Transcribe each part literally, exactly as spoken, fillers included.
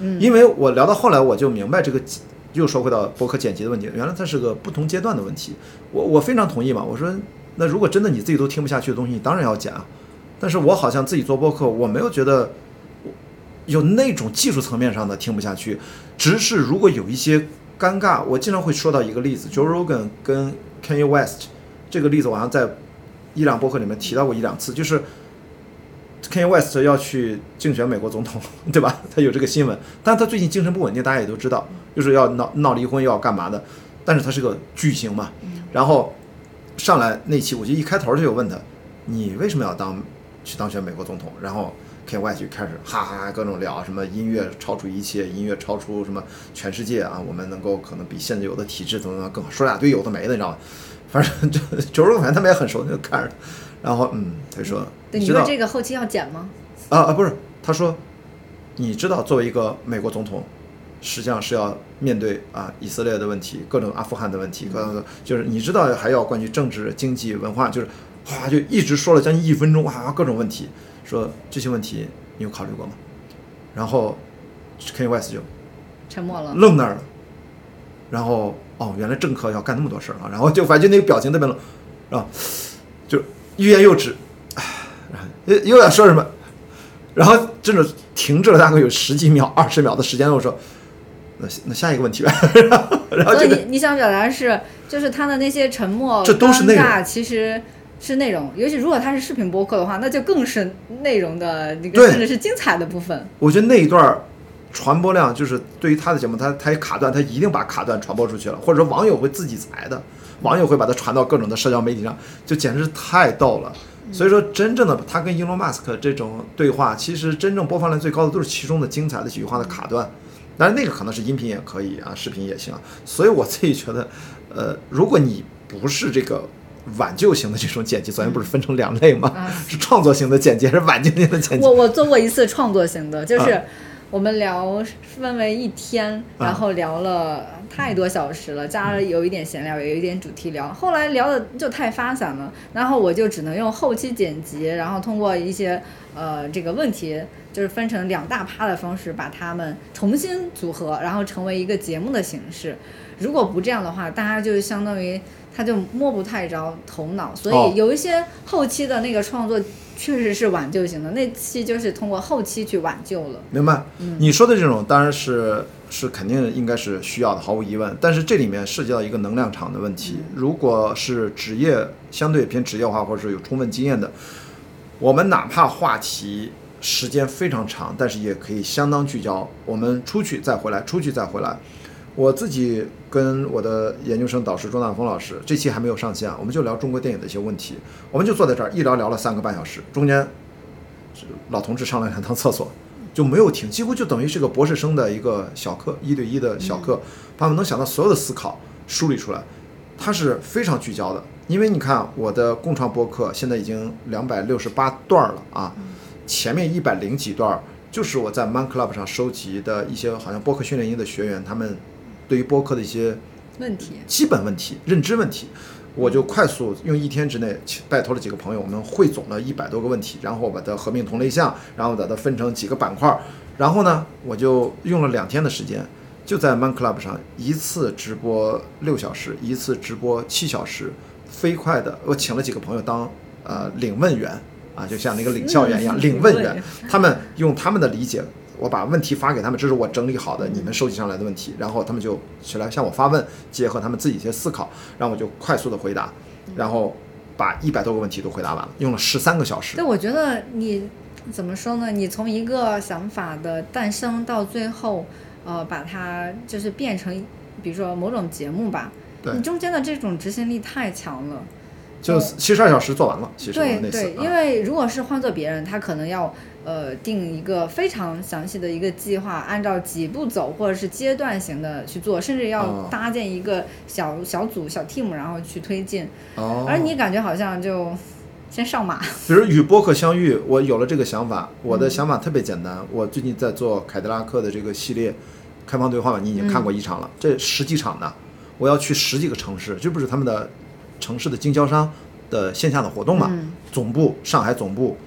嗯， 因为我聊到后来我就明白这个。又说回到播客剪辑的问题，原来它是个不同阶段的问题。我我非常同意嘛，我说那如果真的你自己都听不下去的东西，你当然要剪啊。但是我好像自己做播客，我没有觉得有那种技术层面上的听不下去，只是如果有一些尴尬，我经常会说到一个例子 ，Joe Rogan 跟 Kanye West 这个例子，我好像在一两播客里面提到过一两次，就是。Kanye West 要去竞选美国总统，对吧？他有这个新闻，但他最近精神不稳定，大家也都知道，就是要闹闹离婚，要干嘛的。但是他是个巨星嘛，然后上来那期，我就一开头就有问他，你为什么要当去当选美国总统？然后 Kanye West 就开始哈哈哈各种聊，什么音乐超出一切，音乐超出什么全世界啊，我们能够可能比现在有的体制怎么怎么更好，说俩堆有的没的，你知道吗？反正就周润发他们也很熟，就看着，然后嗯，他说。 对，你说这个后期要剪吗？ 啊啊，不是，他说，你知道作为一个美国总统，实际上是要面对啊以色列的问题，各种阿富汗的问题，各种就是你知道还要关于政治、经济、文化，就是哗就一直说了将近一分钟，哇各种问题，说这些问题你有考虑过吗？然后 Kanye West 就沉默了， 愣那儿了，然后哦原来政客要干那么多事啊，然后就反正那个表情特别冷，然后就欲言又止。又要说什么，然后真的停滞了大概有十几秒、二十秒的时间。我说，那那下一个问题吧。然后所以你你想表达是，就是他的那些沉默、 这都是内容， 其实是内容。尤其如果他是视频播客的话，那就更是内容的那个，甚至是精彩的部分。 我觉得那一段传播量，就是对于他的节目，他他卡断，他一定把卡断传播出去了，或者说网友会自己裁的，网友会把它传到各种的社交媒体上，就简直是太逗了。所以说，真正的他跟伊隆马斯克这种对话，其实真正播放量最高的都是其中的精彩的几句话的卡断，当然那个可能是音频也可以啊，视频也行。所以我自己觉得，呃，如果你不是这个挽救型的这种剪辑，昨天不是分成两类吗？ 嗯、 是创作型的剪辑，还是挽救型的剪辑？ 我我做过一次创作型的，就是。啊我们聊分为一天，然后聊了太多小时了，加了有一点闲聊，有一点主题聊，后来聊的就太发散了，然后我就只能用后期剪辑，然后通过一些呃这个问题，就是分成两大趴的方式把它们重新组合，然后成为一个节目的形式。如果不这样的话，大家就相当于他就摸不太着头脑，所以有一些后期的那个创作确实是挽救型的，那期就是通过后期去挽救了。 明白？嗯、你说的这种当然是是肯定应该是需要的，毫无疑问。但是这里面涉及到一个能量场的问题。嗯、如果是职业相对偏职业化，或者是有充分经验的，我们哪怕话题时间非常长，但是也可以相当聚焦。我们出去再回来，出去再回来。我自己跟我的研究生导师庄大峰老师，这期还没有上线，我们就聊中国电影的一些问题，我们就坐在这儿一聊聊了三个半小时，中间老同志上来两趟厕所就没有停，几乎就等于是个博士生的一个小课，一对一的小课，把我们能想到所有的思考梳理出来，它是非常聚焦的。因为你看我的共创播客现在已经两百六十八段了啊，前面一百零几段就是我在 Man Club 上收集的一些好像播客训练营的学员他们对于播客的一些问题、 基本问题、认知问题，我就快速用一天之内拜托了几个朋友，我们汇总了一百多个问题，然后把它合并同类项，然后把它分成几个板块，然后呢，我就用了两天的时间，就在 Man Club 上一次直播六小时，一次直播七小时，飞快的，我请了几个朋友当呃领问员啊，就像那个领教员一样，领问员，他们用他们的理解。我把问题发给他们，这是我整理好的你们收集上来的问题，然后他们就起来向我发问，结合他们自己一些思考，然后我就快速的回答，然后把一百多个问题都回答完了，用了十三个小时。 对，我觉得你怎么说呢？你从一个想法的诞生到最后，呃，把它就是变成，比如说某种节目吧， 对， 你中间的这种执行力太强了。 就七十二小时做完了，其实对那次对，因为如果是换做别人，他可能要呃定一个非常详细的一个计划，按照几步走，或者是阶段型的去做，甚至要搭建一个小、哦、小组小 team， 然后去推进。 哦， 而你感觉好像就先上马。 比如与播客相遇，我有了这个想法，我的想法特别简单。嗯、我最近在做凯迪拉克的这个系列开放对话嘛，你已经看过一场了，嗯、这十几场呢，我要去十几个城市，这不是他们的城市的经销商的线下的活动嘛，嗯、总部上海总部，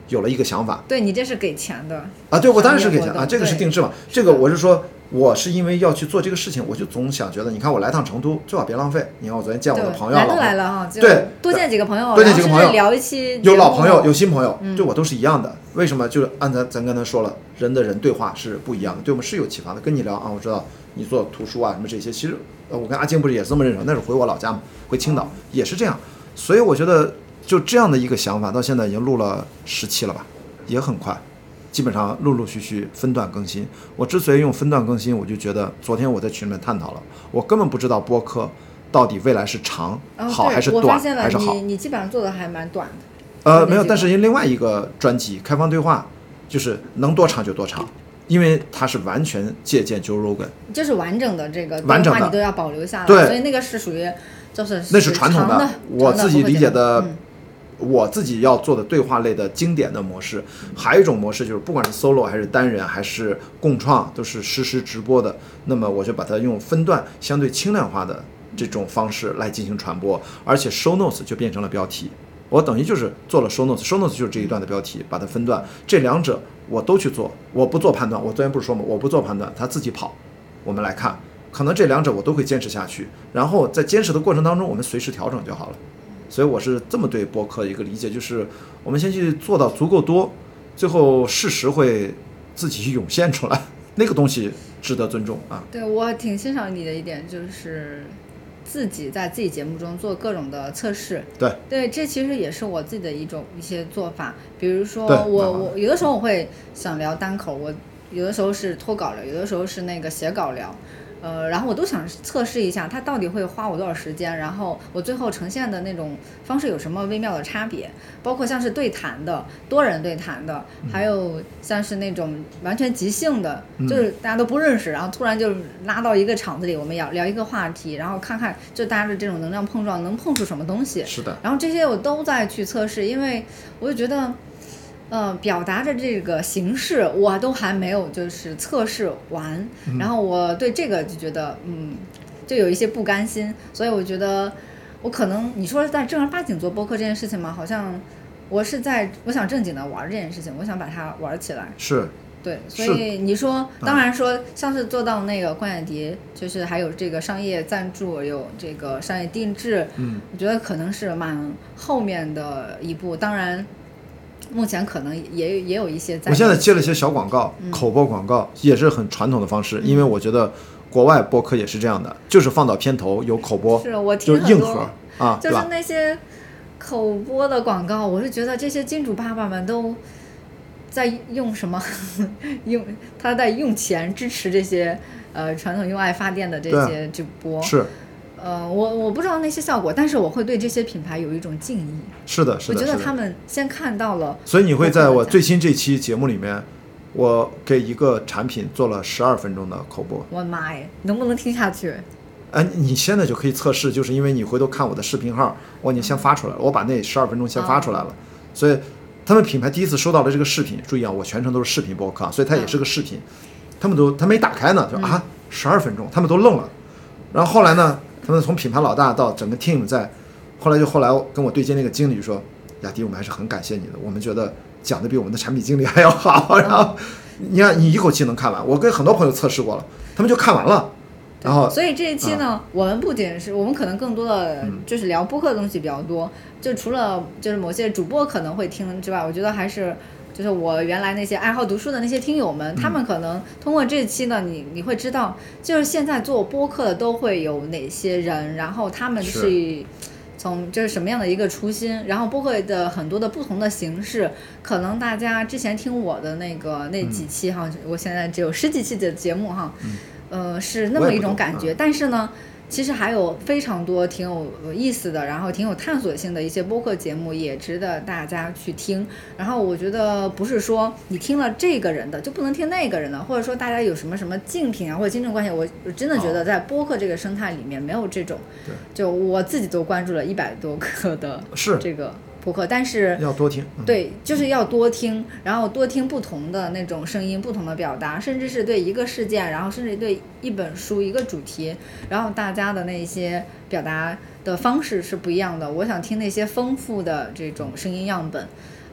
有了一个想法。 对，你这是给钱的啊？对，我当然是给钱啊，这个是定制嘛。这个我是是说，我是因为要去做这个事情，我就总想觉得，你看我来趟成都，最好别浪费。你看我昨天见我的朋友， 来都来了哈， 对， 多见几个朋友， 多见几个朋友， 聊一期， 有老朋友，有新朋友， 嗯、 对我都是一样的。为什么？就是按咱咱刚才说了，人的人对话是不一样的，对我们是有启发的。跟你聊啊，我知道你做图书啊什么这些，其实呃，我跟阿晶不是也是这么认识，那是回我老家嘛，回青岛、嗯、也是这样。所以我觉得就这样的一个想法，到现在已经录了十期了吧，也很快。基本上陆陆续续分段更新。我之所以用分段更新，我就觉得昨天我在群里面探讨了，我根本不知道播客到底未来是长、 哦、 好还是短还是好。 你你基本上做的还蛮短的。 呃，没有，但是因另外一个专辑开放对话，就是能多长就多长，因为它是完全借鉴 Joe Rogan， 就是完整的这个完整的你都要保留下来， 对， 所以那个是属于就是那是传统的， 的我自己理解的。 嗯我自己要做的对话类的经典的模式，还有一种模式就是不管是 solo 还是单人还是共创，都是实时直播的。那么我就把它用分段相对轻量化的这种方式来进行传播，而且 show notes 就变成了标题。我等于就是做了 show notes，show notes 就是这一段的标题，把它分段。这两者我都去做，我不做判断。我昨天不是说吗？我不做判断，他自己跑。我们来看，可能这两者我都会坚持下去，然后在坚持的过程当中，我们随时调整就好了。所以我是这么对播客的一个理解，就是我们先去做到足够多，最后事实会自己涌现出来，那个东西值得尊重啊。 对，我挺欣赏你的一点就是自己在自己节目中做各种的测试。 对对，这其实也是我自己的一种一些做法。比如说我我有的时候我会想聊单口，我有的时候是脱稿聊，有的时候是那个写稿聊。呃，然后我都想测试一下它到底会花我多少时间，然后我最后呈现的那种方式有什么微妙的差别，包括像是对谈的、多人对谈的，还有像是那种完全即兴的， 嗯、 就是大家都不认识，然后突然就拉到一个场子里，我们要聊一个话题，然后看看就大家的这种能量碰撞能碰出什么东西。 是的。 然后这些我都在去测试，因为我就觉得。呃，表达的这个形式我都还没有就是测试完、嗯、然后我对这个就觉得嗯就有一些不甘心，所以我觉得我可能你说在正儿八经做播客这件事情嘛，好像我是在我想正经的玩这件事情，我想把它玩起来。 是对，所以你说当然说像是做到那个关雅迪、嗯、就是还有这个商业赞助，有这个商业定制， 嗯， 我觉得可能是蛮后面的一步，当然目前可能也也有一些在。 我现在接了一些小广告、嗯、口播广告也是很传统的方式、嗯、因为我觉得国外播客也是这样的，就是放到片头有口播， 是我听就是硬核啊， 就是那些口播的广告，我是觉得这些金主爸爸们都在用什么用他在用钱支持这些呃传统用爱发电的这些直播， 是呃，我我不知道那些效果，但是我会对这些品牌有一种敬意。 是的，是的， 我觉得他们先看到了。 所以你会在我最新这期节目里面，我给一个产品做了十二分钟的口播。 我的妈呀，能不能听下去？ 哎，你现在就可以测试，就是因为你回头看我的视频号，我已经先发出来了，嗯、我把那十二分钟先发出来了，嗯、所以他们品牌第一次收到了这个视频，注意啊，我全程都是视频播客，所以它也是个视频，嗯、他们都他没打开呢，就啊十二分钟，他们都愣了，然后后来呢？他们从品牌老大到整个 team 在，后来就后来跟我对接那个经理说，雅迪，我们还是很感谢你的，我们觉得讲的比我们的产品经理还要好。然后你看你一口气能看完，我跟很多朋友测试过了，他们就看完了。然后所以这一期呢、啊，我们不仅是我们可能更多的就是聊播客的东西比较多，嗯、就除了就是某些主播可能会听之外，我觉得还是。就是我原来那些爱好读书的那些听友们，他们可能通过这期呢，你你会知道，就是现在做播客的都会有哪些人，然后他们是从就是什么样的一个初心，然后播客的很多的不同的形式，可能大家之前听我的那个那几期哈，我现在只有十几期的节目哈，呃，是那么一种感觉，但是呢。其实还有非常多挺有意思的，然后挺有探索性的一些播客节目，也值得大家去听。然后我觉得不是说你听了这个人的就不能听那个人的，或者说大家有什么什么竞品啊或者竞争关系，我真的觉得在播客这个生态里面没有这种。 对， 就我自己都关注了一百多个的这个播客，但是要多听、 嗯、对，就是要多听，然后多听不同的那种声音，不同的表达，甚至是对一个事件，然后甚至对一本书一个主题，然后大家的那些表达的方式是不一样的。我想听那些丰富的这种声音样本，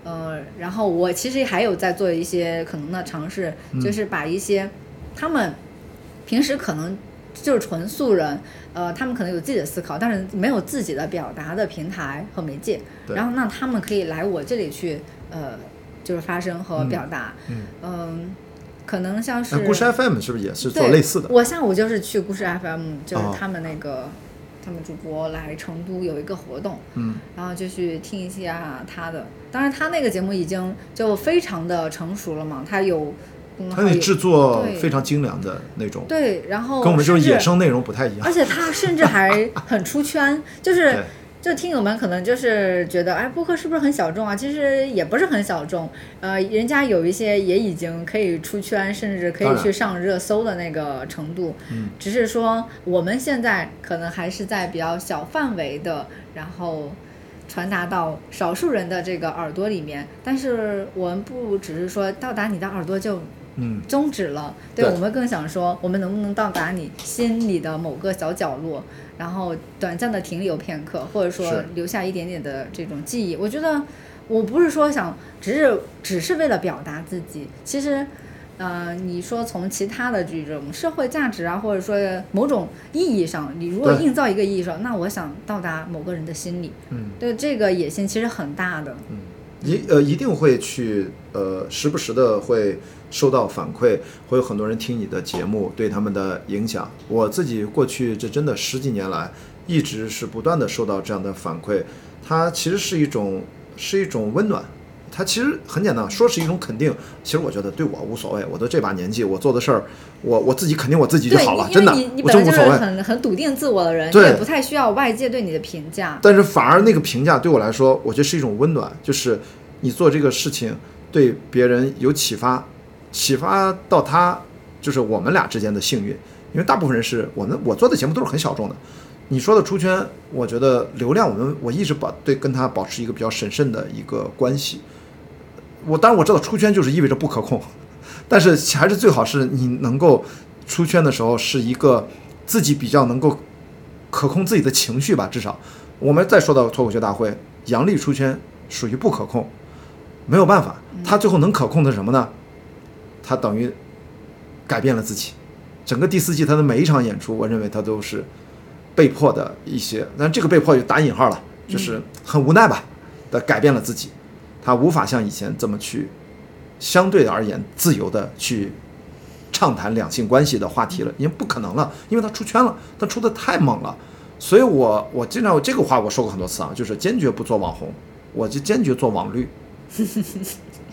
呃，然后我其实还有在做一些可能的尝试， 嗯、 就是把一些他们平时可能就是纯素人，呃，他们可能有自己的思考，但是没有自己的表达的平台和媒介，然后那他们可以来我这里去，呃，就是发声和表达，嗯，嗯呃、可能像是故事 F M 是不是也是做类似的？ 我下午就是去故事 F M， 就是他们那个、哦、他们主播来成都有一个活动， 嗯， 然后就去听一下他的，当然他那个节目已经就非常的成熟了嘛，他有。 它那制作非常精良的那种， 对，然后跟我们这种野生内容不太一样， 而且它甚至还很出圈，就是就听友们可能就是觉得，哎，播客是不是很小众啊？其实也不是很小众，呃，人家有一些也已经可以出圈，甚至可以去上热搜的那个程度， 嗯， 只是说我们现在可能还是在比较小范围的，然后传达到少数人的这个耳朵里面，但是我们不只是说到达你的耳朵就。 嗯， 终止了，对，对我们更想说，我们能不能到达你心里的某个小角落，然后短暂的停留片刻，或者说留下一点点的这种记忆。我觉得我不是说想只是只是为了表达自己，其实呃，你说从其他的这种社会价值啊，或者说某种意义上，你如果映造一个意义上，那我想到达某个人的心里， 嗯， 对，这个野心其实很大的， 嗯，一呃一定会去呃时不时的会收到反馈，会有很多人听你的节目，对他们的影响。我自己过去这真的十几年来，一直是不断的收到这样的反馈，它其实是一种是一种温暖。它其实很简单，说是一种肯定，其实我觉得对我无所谓，我都这把年纪，我做的事儿，我我自己肯定我自己就好了，真的， 你本来就是很很笃定自我的人， 对， 也不太需要外界对你的评价。 但是反而那个评价对我来说，我觉得是一种温暖，就是你做这个事情对别人有启发，启发到他，就是我们俩之间的幸运，因为大部分人是我们我做的节目都是很小众的。你说的出圈，我觉得流量我们我一直保对跟他保持一个比较审慎的一个关系。我当然我知道出圈就是意味着不可控，但是还是最好是你能够出圈的时候是一个自己比较能够可控自己的情绪吧。至少我们再说到脱口秀大会，杨笠出圈属于不可控，没有办法，他最后能可控的什么呢？他等于改变了自己。整个第四季他的每一场演出，我认为他都是被迫的一些，但这个被迫就打引号了，就是很无奈吧的改变了自己。他无法像以前这么去相对而言自由的去畅谈两性关系的话题了，因为不可能了，因为他出圈了，他出的太猛了。所以我我经常这个话我说过很多次啊，就是坚决不做网红，我就坚决做网绿。